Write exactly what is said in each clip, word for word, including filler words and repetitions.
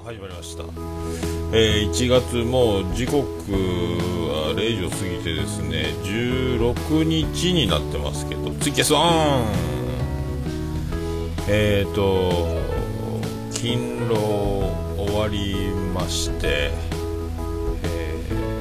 始まりました。えー、いちがつもう時刻はれいじを過ぎてですね、じゅうろくにちになってますけど、ツイキャスオン。えーと勤労終わりまして、え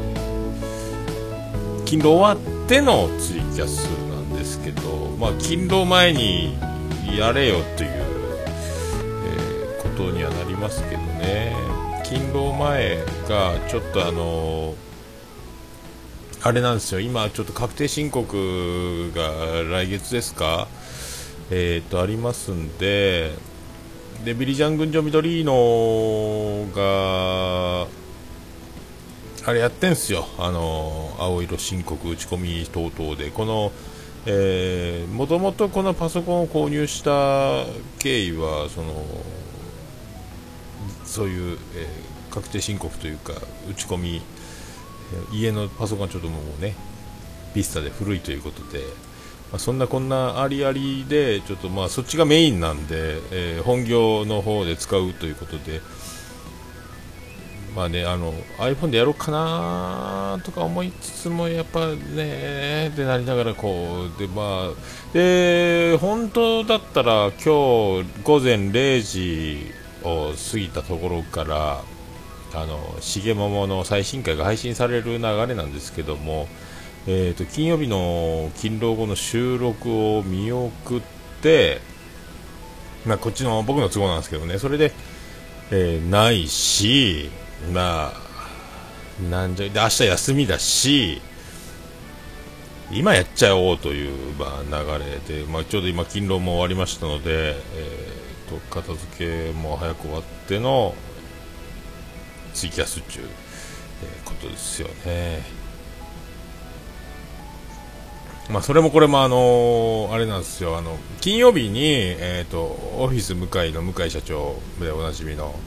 ー、勤労終わってのツイキャスなんですけど、まあ勤労前にやれよという、えー、ことにはなりますけどね。勤労前がちょっとあのあれなんですよ。今ちょっと確定申告が来月ですか、えーとありますんで、でビリジャン群青緑のがあれやってんすよ。あの青色申告打ち込み等々で、このえー、もともとこのパソコンを購入した経緯はそのそういう、えー、確定申告というか打ち込み、えー、家のパソコンはちょっともうねビスタで古いということで、まあ、そんなこんなありありでちょっとまあそっちがメインなんで、えー、本業の方で使うということで、まあね、あの iPhone でやろうかなとか思いつつもやっぱねってなりながらこうで、まあで本当だったら今日午前れいじを過ぎたところからあのしげももの最新回が配信される流れなんですけども、えーと金曜日の勤労後の収録を見送って、まあ、こっちの僕の都合なんですけどね、それで、えー、ないし、まあなんじゃで明日休みだし今やっちゃおうという、まあ、流れで、まあ、ちょうど今勤労も終わりましたので、えー、と片付けも早く終わってのツイキャス中、えー、ことですよね。まあそれもこれもあのー、あれなんですよ。あの金曜日に、えー、とオフィス向井の向井社長でおなじみの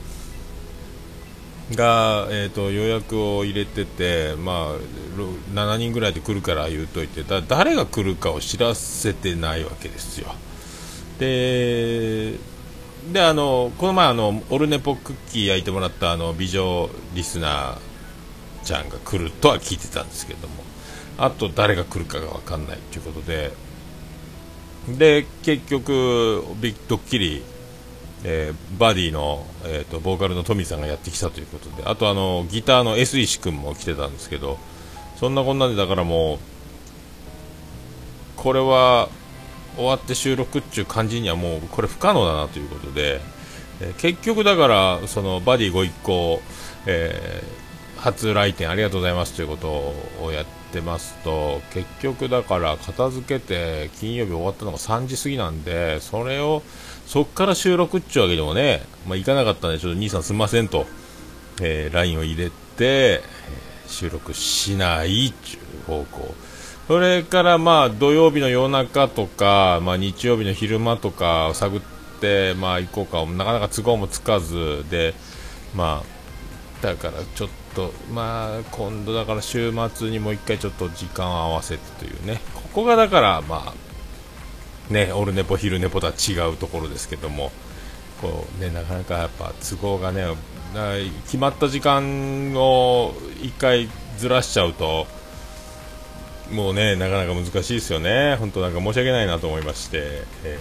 が、えー、と予約を入れてて、まあ、しちにんぐらいで来るから言うといて、だ誰が来るかを知らせてないわけですよ。でであのこの前あのオルネポクッキー焼いてもらったあの美女リスナーちゃんが来るとは聞いてたんですけども、あと誰が来るかが分かんないということで、で結局ビッドッキリ、えー、バディの、えー、とボーカルのトミさんがやってきたということで、あとあのギターの S 石君も来てたんですけど、そんなこんなでだからもうこれは終わって収録っていう感じにはもうこれ不可能だなということで、えー、結局だからそのバディご一行、えー、初来店ありがとうございますということをやってますと、結局だから片付けて金曜日終わったのがさんじ過ぎなんで、それをそっから収録っちゅうわけでもね、まあ、いかなかったんでちょっと兄さんすみませんと、えー、ライン を入れて、えー、収録しないっちゅう方向、それからまあ土曜日の夜中とか、まあ、日曜日の昼間とか探ってまあ行こうか、なかなか都合もつかずで、まあだからちょっとまあ今度だから週末にもう一回ちょっと時間を合わせてというね、ここがだからまあねオルネポ昼ネポとは違うところですけども、こうねなかなかやっぱ都合がね決まった時間を一回ずらしちゃうともうねなかなか難しいですよね。本当なんか申し訳ないなと思いまして、え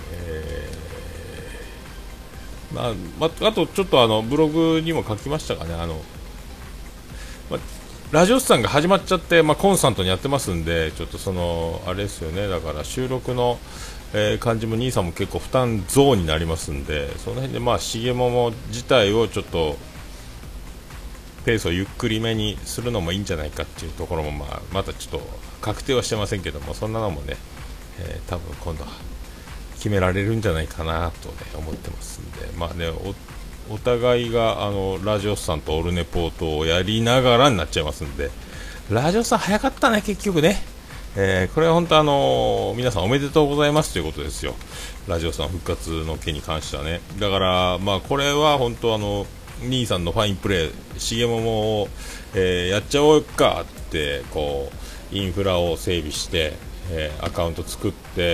ーまあ、まあとちょっとあのブログにも書きましたかね、あの、ま、ラジオスさんが始まっちゃって、まあ、コンスタントにやってますんで、ちょっとそのあれですよね、だから収録の、えー、感じも兄さんも結構負担増になりますんで、その辺でまあしげもも自体をちょっとペースをゆっくりめにするのもいいんじゃないかっていうところも、まあ、またちょっと確定はしてませんけども、そんなのもね、えー、多分今度は決められるんじゃないかなと、ね、思ってますんで、まあね、お、お互いがあのラジオスさんとオルネポートをやりながらになっちゃいますんで、ラジオスさん早かったね結局ね、えー、これは本当あのー、皆さんおめでとうございますということですよ。ラジオさん復活の件に関してはね、だからまあこれは本当あの兄さんのファインプレー、しげももを、えー、やっちゃおうかってこうインフラを整備して、 えー、アカウント作って、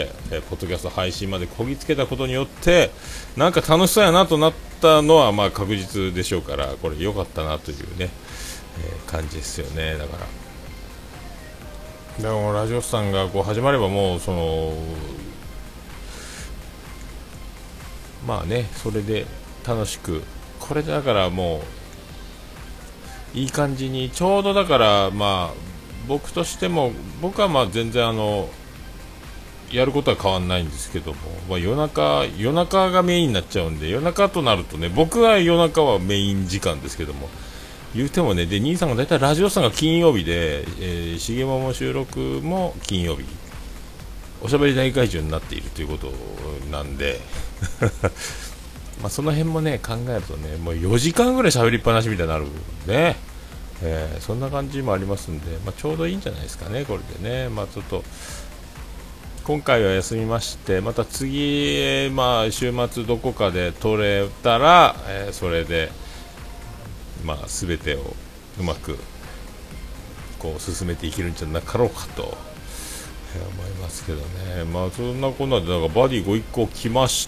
えー、ポッドキャスト配信までこぎつけたことによってなんか楽しそうやなとなったのはまあ確実でしょうから、これ良かったなというね、えー、感じですよね。だからでもラジオスさんがこう始まればもうそのまあね、それで楽しく、これだからもういい感じにちょうどだからまあ僕としても僕はまあ全然あのやることは変わらないんですけども、まあ、夜中夜中がメインになっちゃうんで、夜中となるとね、僕は夜中はメイン時間ですけども、言うてもね、で兄さんがだいたいラジオさんが金曜日で、えー、しげもも収録も金曜日、おしゃべり大会中になっているということなんでまあその辺もね考えるとね、もうよじかんぐらい喋りっぱなしみたいになるね、えー、そんな感じもありますんで、まあ、ちょうどいいんじゃないですかね、これでね。まあちょっと今回は休みまして、また次、まあ、週末どこかで撮れたら、えー、それで、まあ、全てをうまくこう進めていけるんじゃなかろうかと、えー、思いますけどね。まあそんなこんなでだからバディご一行来まして、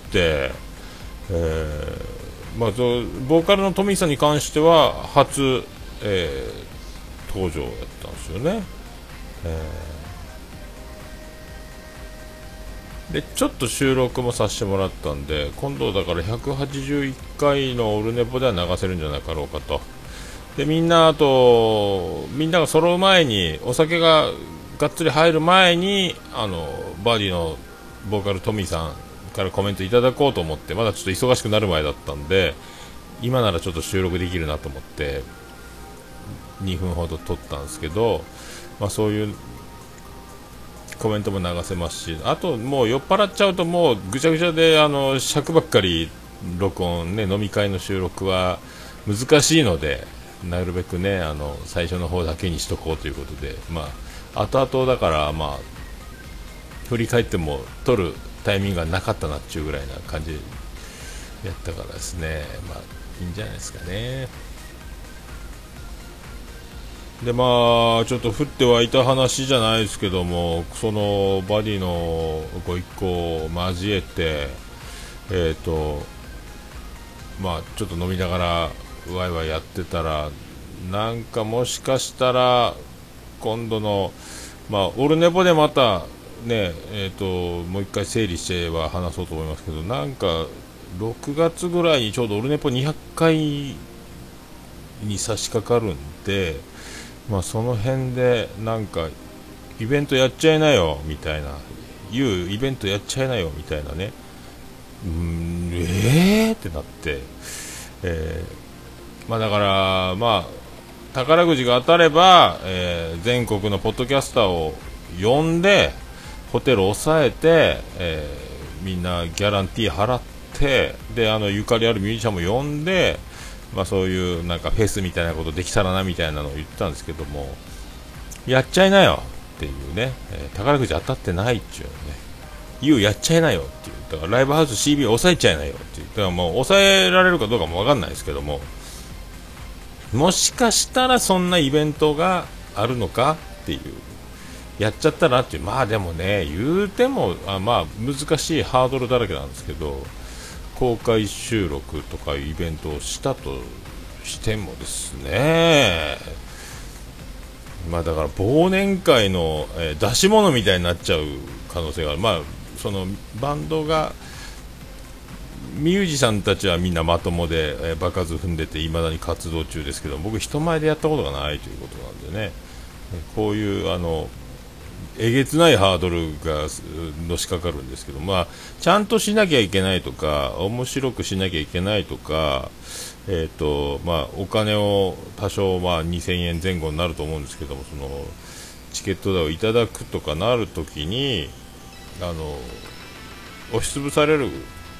えーまあ、ボーカルのトミーさんに関しては初、えー、登場やったんですよね。えーでちょっと収録もさせてもらったんで、今度だからひゃくはちじゅういっかいのオルネポでは流せるんじゃなかろうかと。でみんなあとみんなが揃う前に、お酒ががっつり入る前に、あのバディのボーカルトミーさんからコメントいただこうと思って、まだちょっと忙しくなる前だったんで、今ならちょっと収録できるなと思ってにふんほど撮ったんですけど、まあ、そういうコメントも流せますし、あともう酔っ払っちゃうともうぐちゃぐちゃで、あの尺ばっかり録音ね、飲み会の収録は難しいので、なるべくねあの最初の方だけにしとこうということで、まあ後々だからまあ振り返っても撮るタイミングがなかったなっていうぐらいな感じやったからですね、まあいいんじゃないですかね。でまあちょっと降ってはいた話じゃないですけども、そのバディのご一行を交えて、えっとまあちょっと飲みながらワイワイやってたら、なんかもしかしたら今度のまあオルネポでまたね、えっともう一回整理しては話そうと思いますけど、なんかろくがつぐらいにちょうどオルネポにひゃっかいに差し掛かるんで、まあ、その辺でなんかイベントやっちゃいなよみたいな、いうイベントやっちゃいなよみたいなね、うーんえーってなって、えーまあ、だからまあ宝くじが当たれば、えー全国のポッドキャスターを呼んでホテルを抑えて、えーみんなギャランティー払って、であのゆかりあるミュージシャンも呼んで、まあ、そういうなんかフェスみたいなことできたらなみたいなのを言ってたんですけども、やっちゃいなよっていうね、えー宝くじ当たってないっていうのね、言うやっちゃいなよっていう、だからライブハウス シービー 抑えちゃいなよっていう、だからもう抑えられるかどうかも分かんないですけども、もしかしたらそんなイベントがあるのかっていう、やっちゃったらっていう、まあでもね言うてもあまあ難しいハードルだらけなんですけど、公開収録とかイベントをしたとしてもですね、まあだから忘年会の、えー出し物みたいになっちゃう可能性がある。まあそのバンドがミュージシャンたちはみんなまともで、えー、場数踏んでていまだに活動中ですけど、僕人前でやったことがないということなんでね、こういうあのえげつないハードルがのしかかるんですけど、まあ、ちゃんとしなきゃいけないとか面白くしなきゃいけないとか、えーとまあ、お金を多少、まあ、にせんえんぜん後になると思うんですけども、そのチケット代をいただくとかなるときにあの押しつぶされる、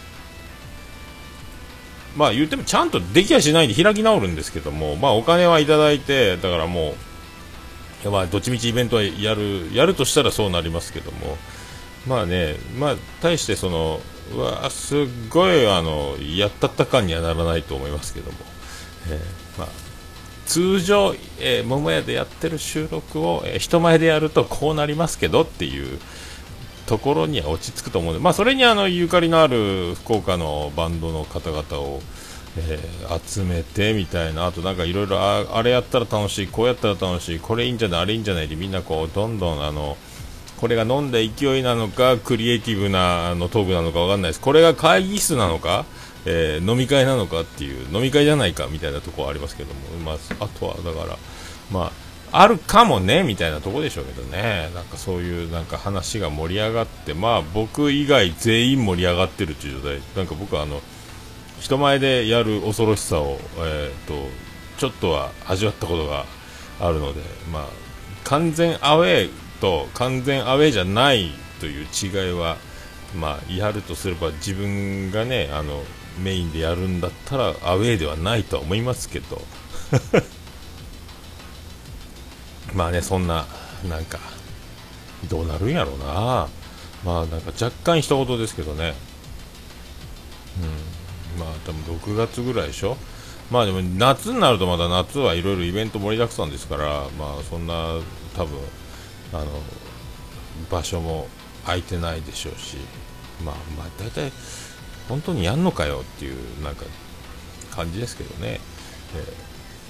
まあ言ってもちゃんとできやしないんで開き直るんですけども、まあお金はいただいて、だからもうまあどっちみちイベントはやるやるとしたらそうなりますけども、まあね、まあ対してそのうわすっごいあのやったった感にはならないと思いますけども、えー、まあ通常、えー、桃屋でやってる収録を、えー、人前でやるとこうなりますけどっていうところには落ち着くと思うので、まあ、それにあのゆかりのある福岡のバンドの方々を、えー、集めてみたいな、あとなんかいろいろあれやったら楽しい、こうやったら楽しい、これいいんじゃない、あれいいんじゃないで、みんなこうどんどんあのこれが飲んだ勢いなのかクリエイティブなあのトークなのかわかんないです。これが会議室なのか、えー、飲み会なのかっていう、飲み会じゃないかみたいなところはありますけども、まあ、あとはだからまああるかもねみたいなところでしょうけどね。なんかそういうなんか話が盛り上がって、まあ僕以外全員盛り上がってるっていう状態。なんか僕はあの人前でやる恐ろしさを、えー、とちょっとは味わったことがあるので、まあ完全アウェーと完全アウェーじゃないという違いは、まあやるとすれば自分がねあのメインでやるんだったらアウェーではないとは思いますけどまあね、そんななんかどうなるんやろうな。まあなんか若干一言ですけどね、うん、まあ多分ろくがつぐらいでしょ。まあでも夏になるとまだ夏はいろいろイベント盛りだくさんですから、まあそんな多分あの場所も空いてないでしょうし、まあまあ大体本当にやんのかよっていうなんか感じですけどね、え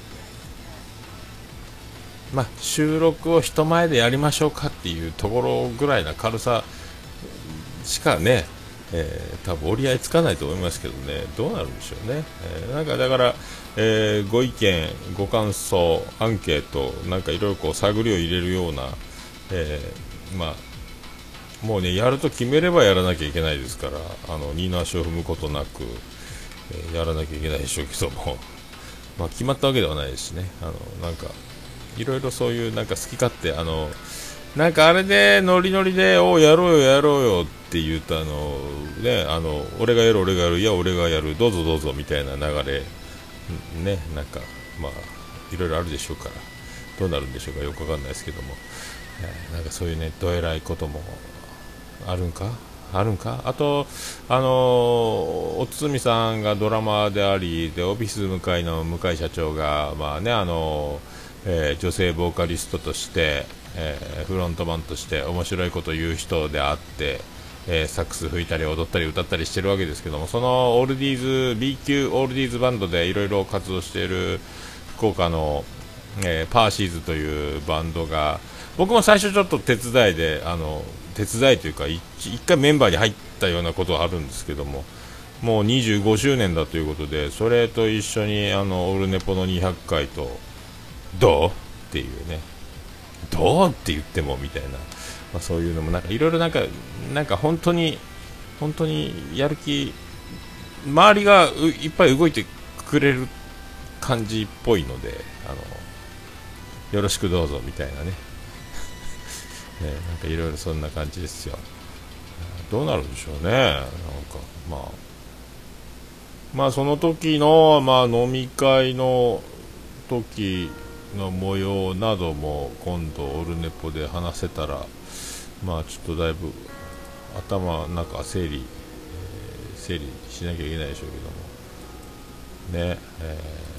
ーまあ、収録を人前でやりましょうかっていうところぐらいな軽さしかね、えー、多分折り合いつかないと思いますけどね、どうなるんでしょうね、えー、なんかだから、えー、ご意見ご感想アンケートなんかいろいろこう探りを入れるような、えー、まあもうねやると決めればやらなきゃいけないですから、あの二の足を踏むことなく、えー、やらなきゃいけないでしょうけどもまあ決まったわけではないですしね、あのなんかいろいろそういうなんか好き勝手あのなんかあれでノリノリでおやろうよやろうよって言うとあのねあの俺がやる俺がやるいや俺がやるどうぞどうぞみたいな流れね、なんかまあいろいろあるでしょうからどうなるんでしょうかよくわかんないですけども、えー、なんかそういうねどえらいこともあるんかあるんかあとあのー、おつみさんがドラマーでありでオフィス向かいの向井社長がまあねあのーえー、女性ボーカリストとして、えー、フロントマンとして面白いことを言う人であって、えー、サックス吹いたり踊ったり歌ったりしてるわけですけども、そのオールディーズ B 級オールディーズバンドでいろいろ活動している福岡の、えー、パーシーズというバンドが僕も最初ちょっと手伝いであの手伝いというか一回メンバーに入ったようなことはあるんですけども、もうにじゅうごしゅうねんだということでそれと一緒にあのオルネポのにひゃっかいとどうっていうね、どうって言ってもみたいな、まあ、そういうのもなんかいろいろなんかなんか本当に本当にやる気周りがいっぱい動いてくれる感じっぽいのであのよろしくどうぞみたいなねねなんかいろいろそんな感じですよ。どうなるんでしょうね。なんかまあまあその時のまあ飲み会の時の模様なども今度オルネポで話せたらまあちょっとだいぶ頭の中整理、えー、整理しなきゃいけないでしょうけどもね、え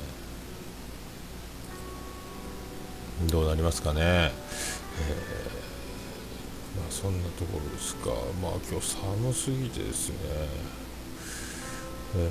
ー、どうなりますかね、えー、まあそんなところですか。まあ今日寒すぎてですね、え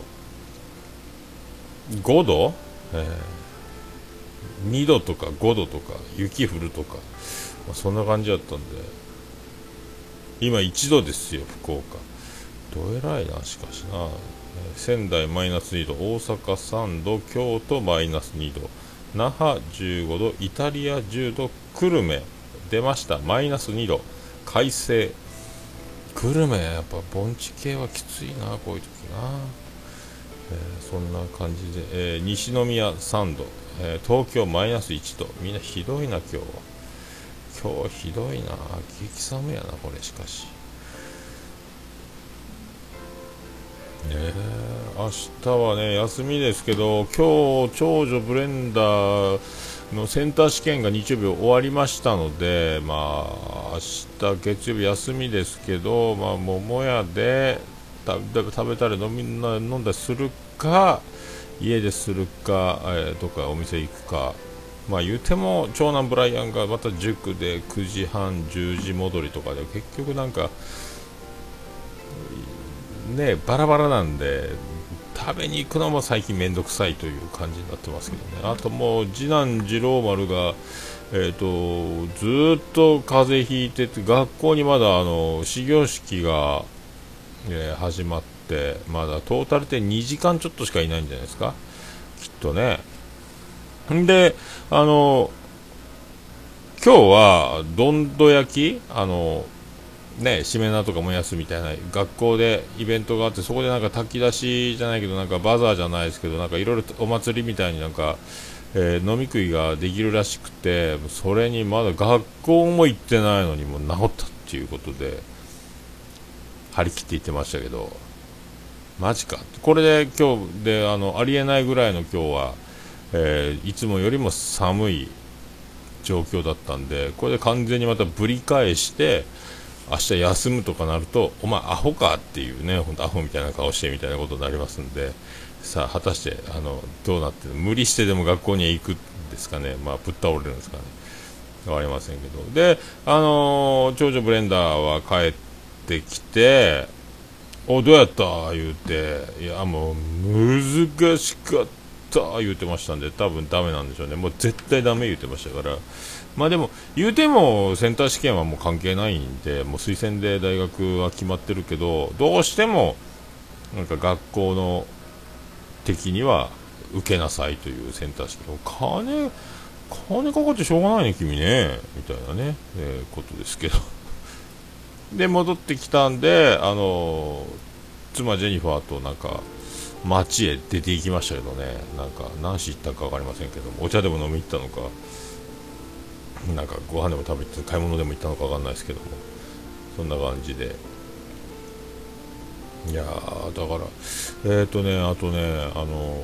ー、とごど、えーにどとかごどとか雪降るとか、まあ、そんな感じだったんで今いちどですよ福岡。どえらいなしかしな、仙台マイナスにど大阪さんど京都マイナスにど那覇じゅうごどイタリアじゅうど久留米出ましたマイナスにど快晴。久留米やっぱ盆地系はきついなこういう時な、えー、そんな感じで、えー、西宮さんど、えー、東京マイナスいちどみんなひどいな今日今日ひどいな激寒やなこれ。しかしね明日はね休みですけど今日長女ブレンダーのセンター試験が日曜日終わりましたのでまあ明日月曜日休みですけどまあ桃屋で食べたり飲み飲んだりするか、 家でするか、えー、とかお店行くか、まあ言うても長男ブライアンがまた塾でくじはんじゅうじ戻りとかで結局なんかねバラバラなんで食べに行くのも最近めんどくさいという感じになってますけどね。あともう次男次郎丸が、えー、とずーっと風邪ひいてて、学校にまだあの始業式が、えー始まってまだトータルでにじかんちょっとしかいないんじゃないですか、きっとね。んであの今日はどんど焼き、あのね、しめ縄とか燃やすみたいな学校でイベントがあって、そこでなんか炊き出しじゃないけどなんかバザーじゃないですけどなんかいろいろお祭りみたいになんか、えー飲み食いができるらしくて、それにまだ学校も行ってないのにもう治ったっていうことで張り切って言ってましたけど、マジかこれで今日であのありえないぐらいの今日は、えーいつもよりも寒い状況だったんで、これで完全にまたぶり返して明日休むとかなると、お前アホかっていうね、本当アホみたいな顔してみたいなことになりますんで、さあ果たしてあのどうなって無理してでも学校に行くんですかね、まあぶっ倒れるんですかね、わかりませんけど。であのー長女ブレンダーは帰ってきて、おどうやった言うて、いやもう難しかった言うてましたんで、多分ダメなんでしょうね。もう絶対ダメ言うてましたから。まあでも言うてもセンター試験はもう関係ないんで、もう推薦で大学は決まってるけど、どうしてもなんか学校の的には受けなさいというセンター試験、金金かかってしょうがないね君ねみたいなね、えーことですけど。で戻ってきたんで、あの妻ジェニファーとなんか街へ出て行きましたけどね、なんか何し行ったか分かりませんけども、お茶でも飲み行ったのか、なんかご飯でも食べて買い物でも行ったのか分かんないですけども、そんな感じで、いやーだからえーとねあとねあの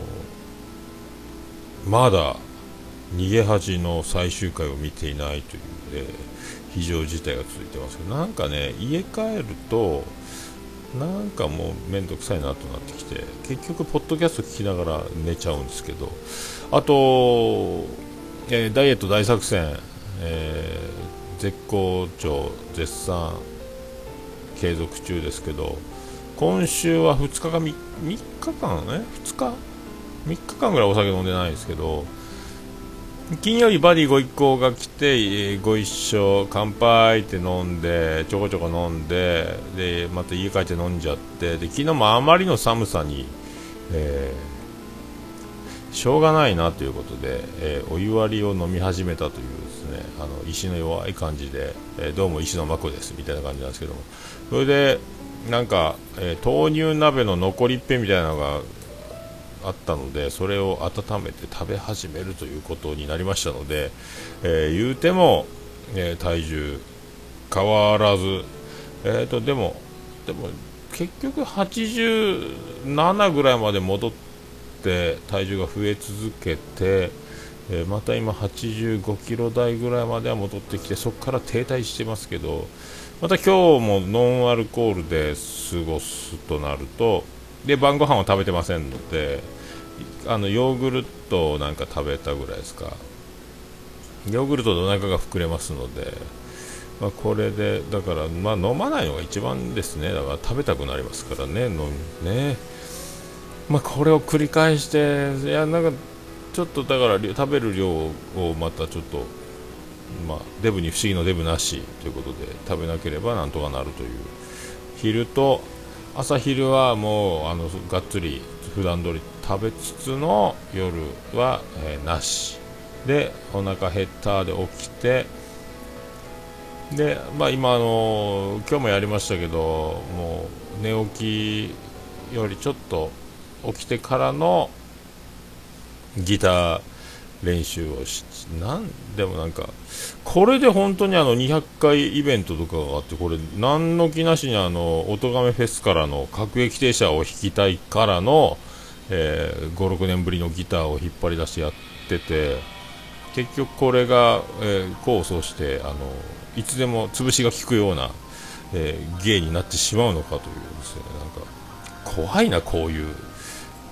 まだ逃げ恥の最終回を見ていないという、えー非常事態が続いてますけど、なんかね家帰るとなんかもうめんどくさいなとなってきて、結局ポッドキャスト聞きながら寝ちゃうんですけど、あと、えーダイエット大作戦、えー絶好調絶賛継続中ですけど、今週はふつかか 3, 日間ねふつかみっかかんぐらいお酒飲んでないですけど、金曜日バディご一行が来て、えーご一緒乾杯って飲んでちょこちょこ飲んで、でまた家帰って飲んじゃって、で昨日もあまりの寒さに、えーしょうがないなということで、えーお湯割りを飲み始めたというですね、あの石の弱い感じで、えーどうも石のまこですみたいな感じなんですけども、それでなんか、えー豆乳鍋の残りっぺみたいなのがあったので、それを温めて食べ始めるということになりましたので、えー言うても、えー体重変わらず、えーとでもでも結局はちじゅうななぐらいまで戻って体重が増え続けて、えーまた今はちじゅうごキロ台ぐらいまでは戻ってきて、そこから停滞してますけど、また今日もノンアルコールで過ごすとなると、で晩ご飯は食べてませんので、あのヨーグルトをなんか食べたぐらいですか。ヨーグルトでお腹が膨れますので、まあ、これでだから、まあ、飲まないのが一番ですね。だから食べたくなりますからね、飲みね、まあ、これを繰り返して、いやなんかちょっとだから食べる量をまたちょっと、まあ、デブに不思議のデブなしということで食べなければなんとかなるという。昼と朝昼はもうあのがっつり普段通り食べつつの夜は、えーなしで、お腹減ったで起きて、で、まあ、今あの今日もやりましたけど、もう寝起きよりちょっと起きてからのギター練習をし、なんでもなんかこれで本当にあのにひゃっかいイベントとかがあって、これ何の気なしにあの音亀フェスからの各駅停車を弾きたいからの、えー、ごろくねんぶりのギターを引っ張り出してやってて、結局これが、えー、功を奏してあのいつでも潰しが効くような、えー、芸になってしまうのかというですね、なんか怖いなこういう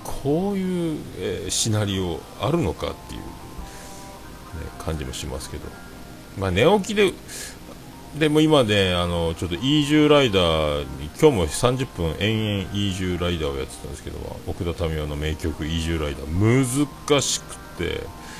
こういう、えーシナリオあるのかっていう、ね、感じもしますけど、まあ、寝起きででも今ね、あのちょっとイージューライダーに今日もさんじゅっぷん延々イージューライダーをやってたんですけど、奥田民生の名曲イージューライダー難しくて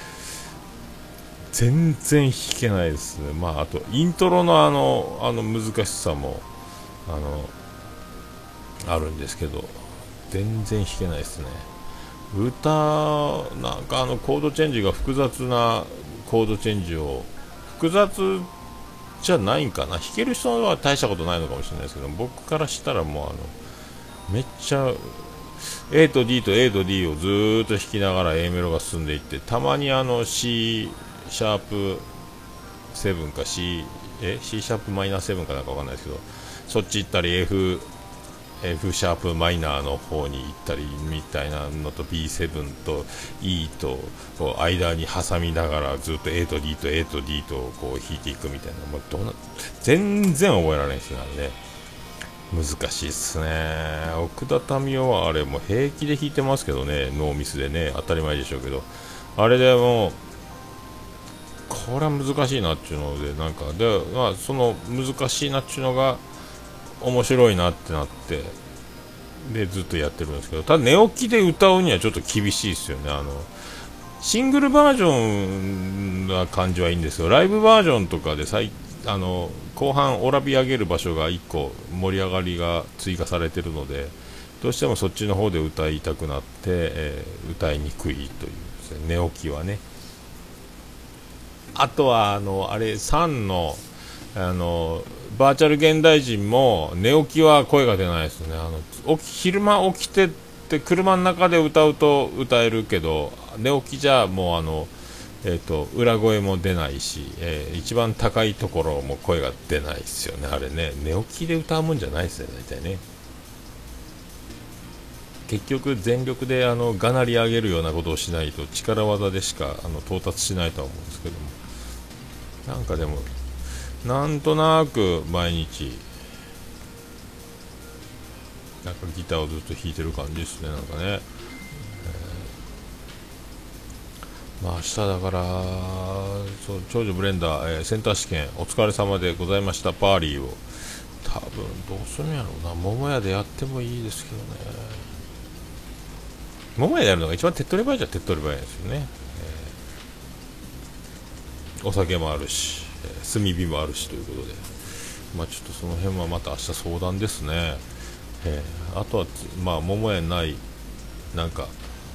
全然弾けないですね。まああとイントロのあのあの難しさもあのあるんですけど全然弾けないですね。歌なんかあのコードチェンジが複雑なコードチェンジを複雑じゃないんかな、弾ける人は大したことないのかもしれないですけど、僕からしたらもうあのめっちゃ A と D と A と D をずーっと弾きながら A メロが進んでいって、たまにあの C シャープセブンか C え C シャープマイナーセブンかなんかわかんないですけど、そっち行ったり F F シャープマイナーの方に行ったりみたいなのと ビーセブン と E とこう間に挟みながらずっと A と D と A と D とこう弾いていくみたいな、もうどうな全然覚えられないですね。あれね難しいっすね。奥田民生はあれもう平気で弾いてますけどね、ノーミスでね、当たり前でしょうけど、あれでもうこれは難しいなっていうので、なんかで、まあ、その難しいなっていうのが面白いなってなってでずっとやってるんですけど、ただ寝起きで歌うにはちょっと厳しいですよね。あのシングルバージョンな感じはいいんですよ。ライブバージョンとかで最あの後半オラビ上げる場所がいっこ盛り上がりが追加されてるので、どうしてもそっちの方で歌いたくなって、えー歌いにくいというですね、寝起きはね。あとはあのあれさんのあのバーチャル現代人も寝起きは声が出ないですね。あの起き昼間起きてって車の中で歌うと歌えるけど、寝起きじゃもうあの、えー、と裏声も出ないし、えー一番高いところも声が出ないですよね。あれね、寝起きで歌うもんじゃないですね、大体ね。結局全力であのがなり上げるようなことをしないと力技でしかあの到達しないとは思うんですけども、なんかでもなんとなく毎日なんかギターをずっと弾いてる感じですね。なんかね、まあ明日だからそう長女ブレンダー、えーセンター試験お疲れ様でございました。パーリーを多分どうするんやろうな、桃屋でやってもいいですけどね。桃屋でやるのが一番手っ取り早いじゃ手っ取り早いですよね。お酒もあるし、えー炭火もあるしということで、まあちょっとその辺はまた明日相談ですね。えーあとはつまあ桃屋ないなんか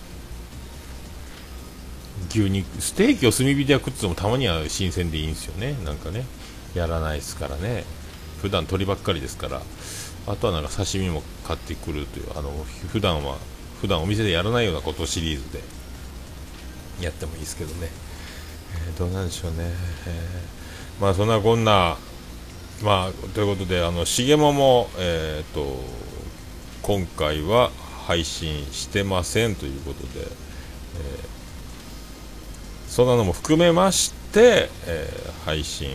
牛肉ステーキを炭火で焼くってのもたまには新鮮でいいんですよね。なんかねやらないですからね、普段鳥ばっかりですから。あとはなんか刺身も買ってくるという、あの普段は普段お店でやらないようなことをシリーズでやってもいいですけどね、えーどうなんでしょうね。えーまあそんなこんな、まあということで、あのしげももえっ、と今回は配信してませんということで、そんなのも含めまして、えー配信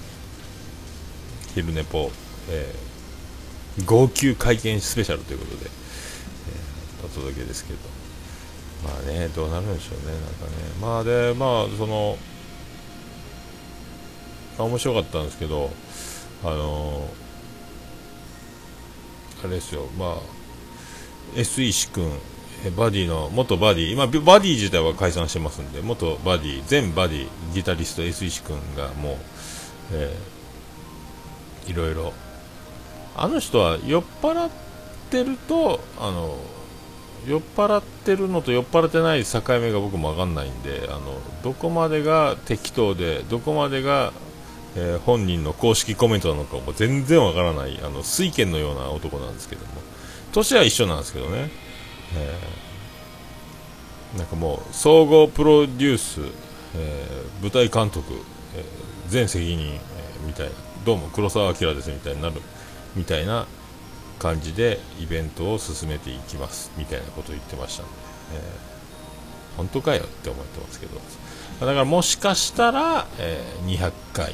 昼寝ぽ、えー号泣会見スペシャルということで、えーお届けですけど、まあねどうなるんでしょうね。なんかね、まあでまあその面白かったんですけど、あのーあれですよ、まあ エス 石君、えバディの元バディ、今バディ自体は解散してますんで、元バディ全バディギタリスト エス 石君がもう、えーいろいろ、あの人は酔っ払ってるとあの酔っ払ってるのと酔っ払ってない境目が僕も分かんないんで、あのどこまでが適当でどこまでが、えー本人の公式コメントなのかも全然分からない、あの水拳のような男なんですけども、年は一緒なんですけどね、えーなんかもう総合プロデュース、えー舞台監督、えー全責任、えーみたいな、どうも黒澤明ですみたいになるみたいな感じでイベントを進めていきますみたいなことを言ってましたので、えー本当かよって思ってますけど、だからもしかしたら、えーにひゃっかい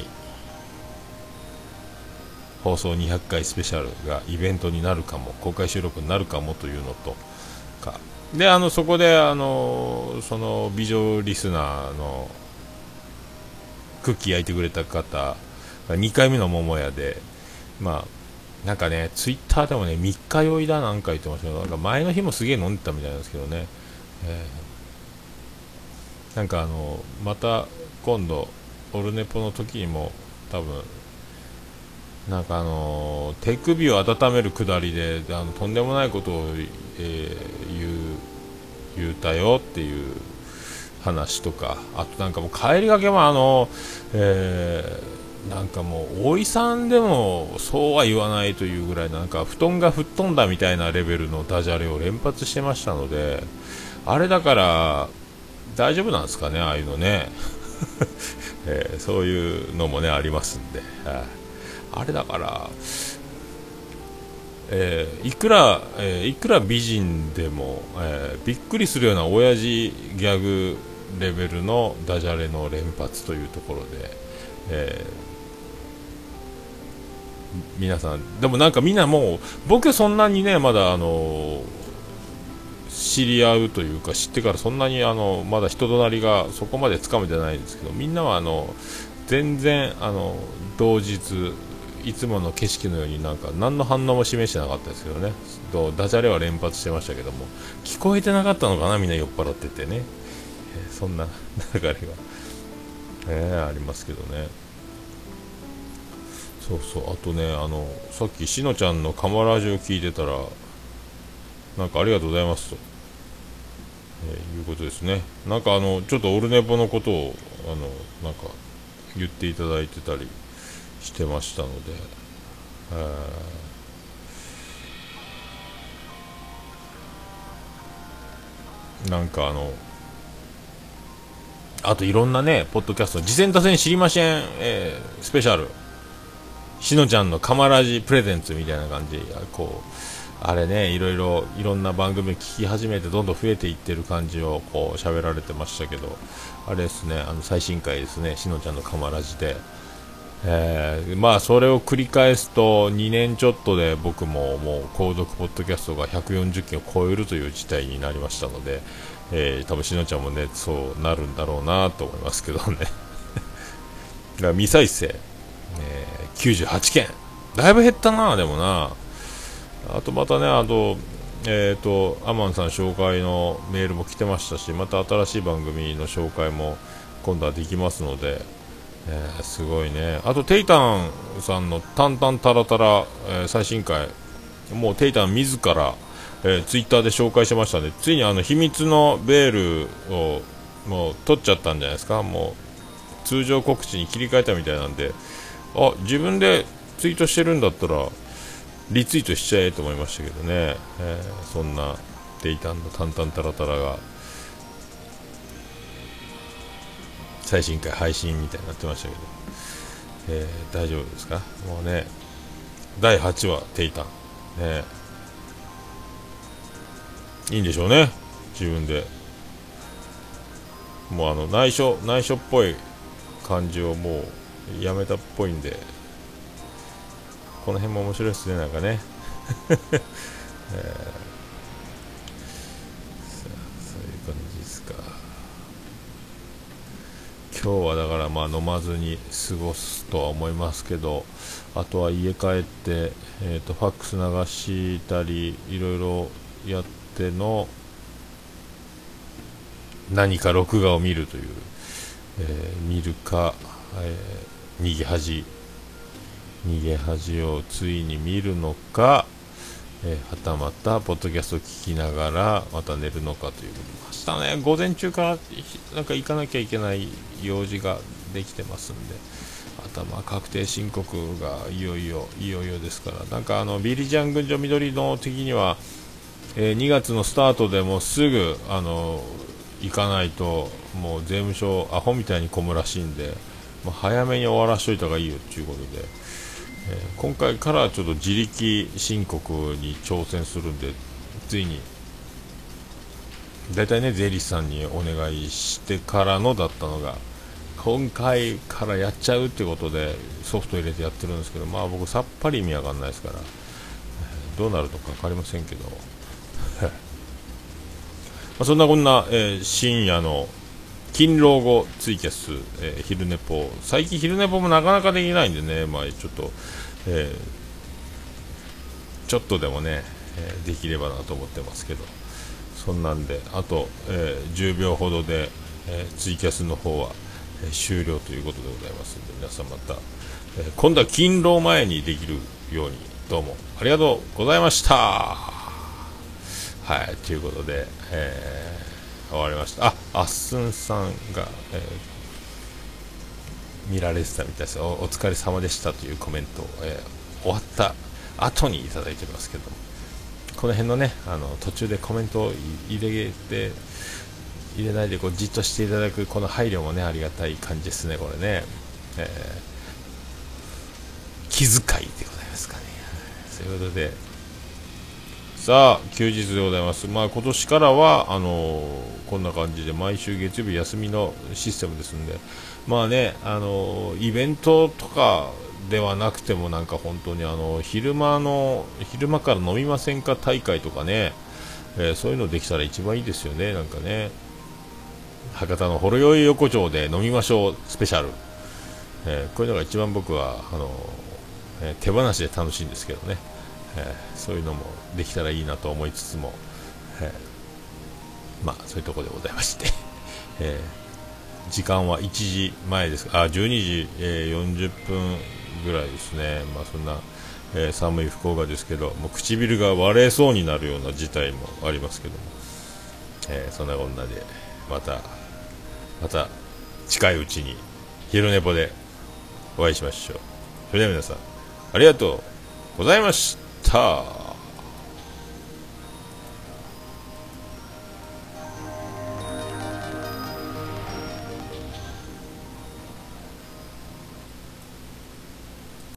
放送にひゃっかいスペシャルがイベントになるかも、公開収録になるかもというのとか、 であのそこであのその美女リスナーのクッキー焼いてくれた方がにかいめの桃屋で、まあなんかねツイッターでもねみっか酔いだなんか言ってましたけど、なんか前の日もすげえ飲んでたみたいなんですけどね、えー、なんかあのまた今度オルネポの時にも多分なんかあのー手首を温めるくだりであのとんでもないことを、えー、言う言うたよっていう話とか、あとなんかもう帰りがけもあの、えー、なんかもう大井さんでもそうは言わないというぐらいなんか布団が吹っ飛んだみたいなレベルのダジャレを連発してましたので、あれだから大丈夫なんですかね、ああいうのね、えー、そういうのもねありますんで、はい、あれだからえー、いくら、えー、いくら美人でも、えー、びっくりするような親父ギャグレベルのダジャレの連発というところで、えー、皆さんでもなんかみんなもう僕そんなにねまだあの知り合うというか知ってからそんなにあのまだ人となりがそこまでつかめてないんですけど、みんなはあの全然あの同日いつもの景色のようになんか何の反応も示してなかったですけどね、ダジャレは連発してましたけども聞こえてなかったのかな、みんな酔っ払っててね、えー、そんな流れが、えー、ありますけどね。そうそう、あとねあのさっきしのちゃんのカマラジを聞いてたらなんかありがとうございますと、えー、いうことですね。なんかあのちょっとオルネポのことをあのなんか言っていただいてたりしてましたので、なんかあのあといろんなねポッドキャスト次戦打線知りません、えー、スペシャルしのちゃんのカマラジプレゼンツみたいな感じでこうあれねいろいろいろんな番組を聞き始めてどんどん増えていってる感じをこう喋られてましたけど、あれですねあの最新回ですねしのちゃんのカマラジで、えー、まあそれを繰り返すとにねんちょっとで僕ももう購読ポッドキャストがひゃくよんじゅっけんを超えるという事態になりましたので、えー、多分しのちゃんもねそうなるんだろうなと思いますけどねだから未再生、えー、きゅうじゅうはちけんだいぶ減ったな。でもなあとまたねあとえーとアマンさん紹介のメールも来てましたし、また新しい番組の紹介も今度はできますので、えー、すごいね。あとテイタンさんのタンタンタラタラ、えー、最新回もうテイタン自ら、えー、ツイッターで紹介しましたね。ついにあの秘密のベールをもう取っちゃったんじゃないですか。もう通常告知に切り替えたみたいなんで、あ自分でツイートしてるんだったらリツイートしちゃえと思いましたけどね、えー、そんなテイタンのタンタンタラタラが最新回配信みたいになってましたけど、えー、大丈夫ですか。もうねだいはちわテイタンねいいんでしょうね。自分でもうあの内緒内緒っぽい感じをもうやめたっぽいんで、この辺も面白いですねなんかね、えー、そういう感じですか。今日はだからまあ飲まずに過ごすとは思いますけど、あとは家帰って、えー、とファックス流したりいろいろやっての何か録画を見るという、えー、見るか、えー、逃げ恥逃げ恥をついに見るのか、えー、はたまたポッドキャストを聞きながらまた寝るのかということ。明日ね午前中からなんか行かなきゃいけない用事ができてますんで、頭確定申告がいよいよいよいよですから、なんかあのビリジャン群青緑の的には、えー、にがつのスタートでもうすぐあの行かないともう税務署アホみたいに混むらしいんで、もう早めに終わらしといた方がいいよということで、えー、今回からちょっと自力申告に挑戦するんで、ついにだいたいね税理士さんにお願いしてからのだったのが今回からやっちゃうってことでソフト入れてやってるんですけど、まあ僕さっぱり意味わかんないですから、えー、どうなるのか分かりませんけどあ、そんなこんな、えー深夜の勤労後ツイキャス、えー昼寝ぽ、最近昼寝ぽもなかなかできないんでね、まあ、ちょっと、えーちょっとでもね、えーできればなと思ってますけど、そんなんであと、えーじゅうびょうほどで、えーツイキャスの方は、えー終了ということでございますので、皆さんまた、えー今度は勤労前にできるようにどうもありがとうございました。はい、ということで、えー終わりました。あ、あっすんさんが、えー見られてたみたいです。お、お疲れ様でしたというコメントを、えー終わった後にいただいておりますけども、この辺のね、あの途中でコメントを入れて入れないでこうじっとしていただくこの配慮もね、ありがたい感じですね、これね、えー気遣いでございますかね。そういうことで、さあ休日でございます。まあ今年からはあのーこんな感じで毎週月曜日休みのシステムですんで、まあね、あのーイベントとかではなくても、なんか本当にあの昼間の昼間から飲みませんか大会とかね、えーそういうのできたら一番いいですよね。なんかね、博多のほろ酔い横丁で飲みましょうスペシャル、えーこういうのが一番僕はあのーえー手放しで楽しいんですけどね、えーそういうのもできたらいいなと思いつつも、えーまあそういうところでございまして、えー時間はいちじまえです。あ、じゅうにじ、えーよんじゅっぷんぐらいですね。まあそんな、えー寒い福岡ですけど、もう唇が割れそうになるような事態もありますけども、えーそんなこんなでまたまた近いうちに昼寝ぽでお会いしましょう。それでは皆さんありがとうございました。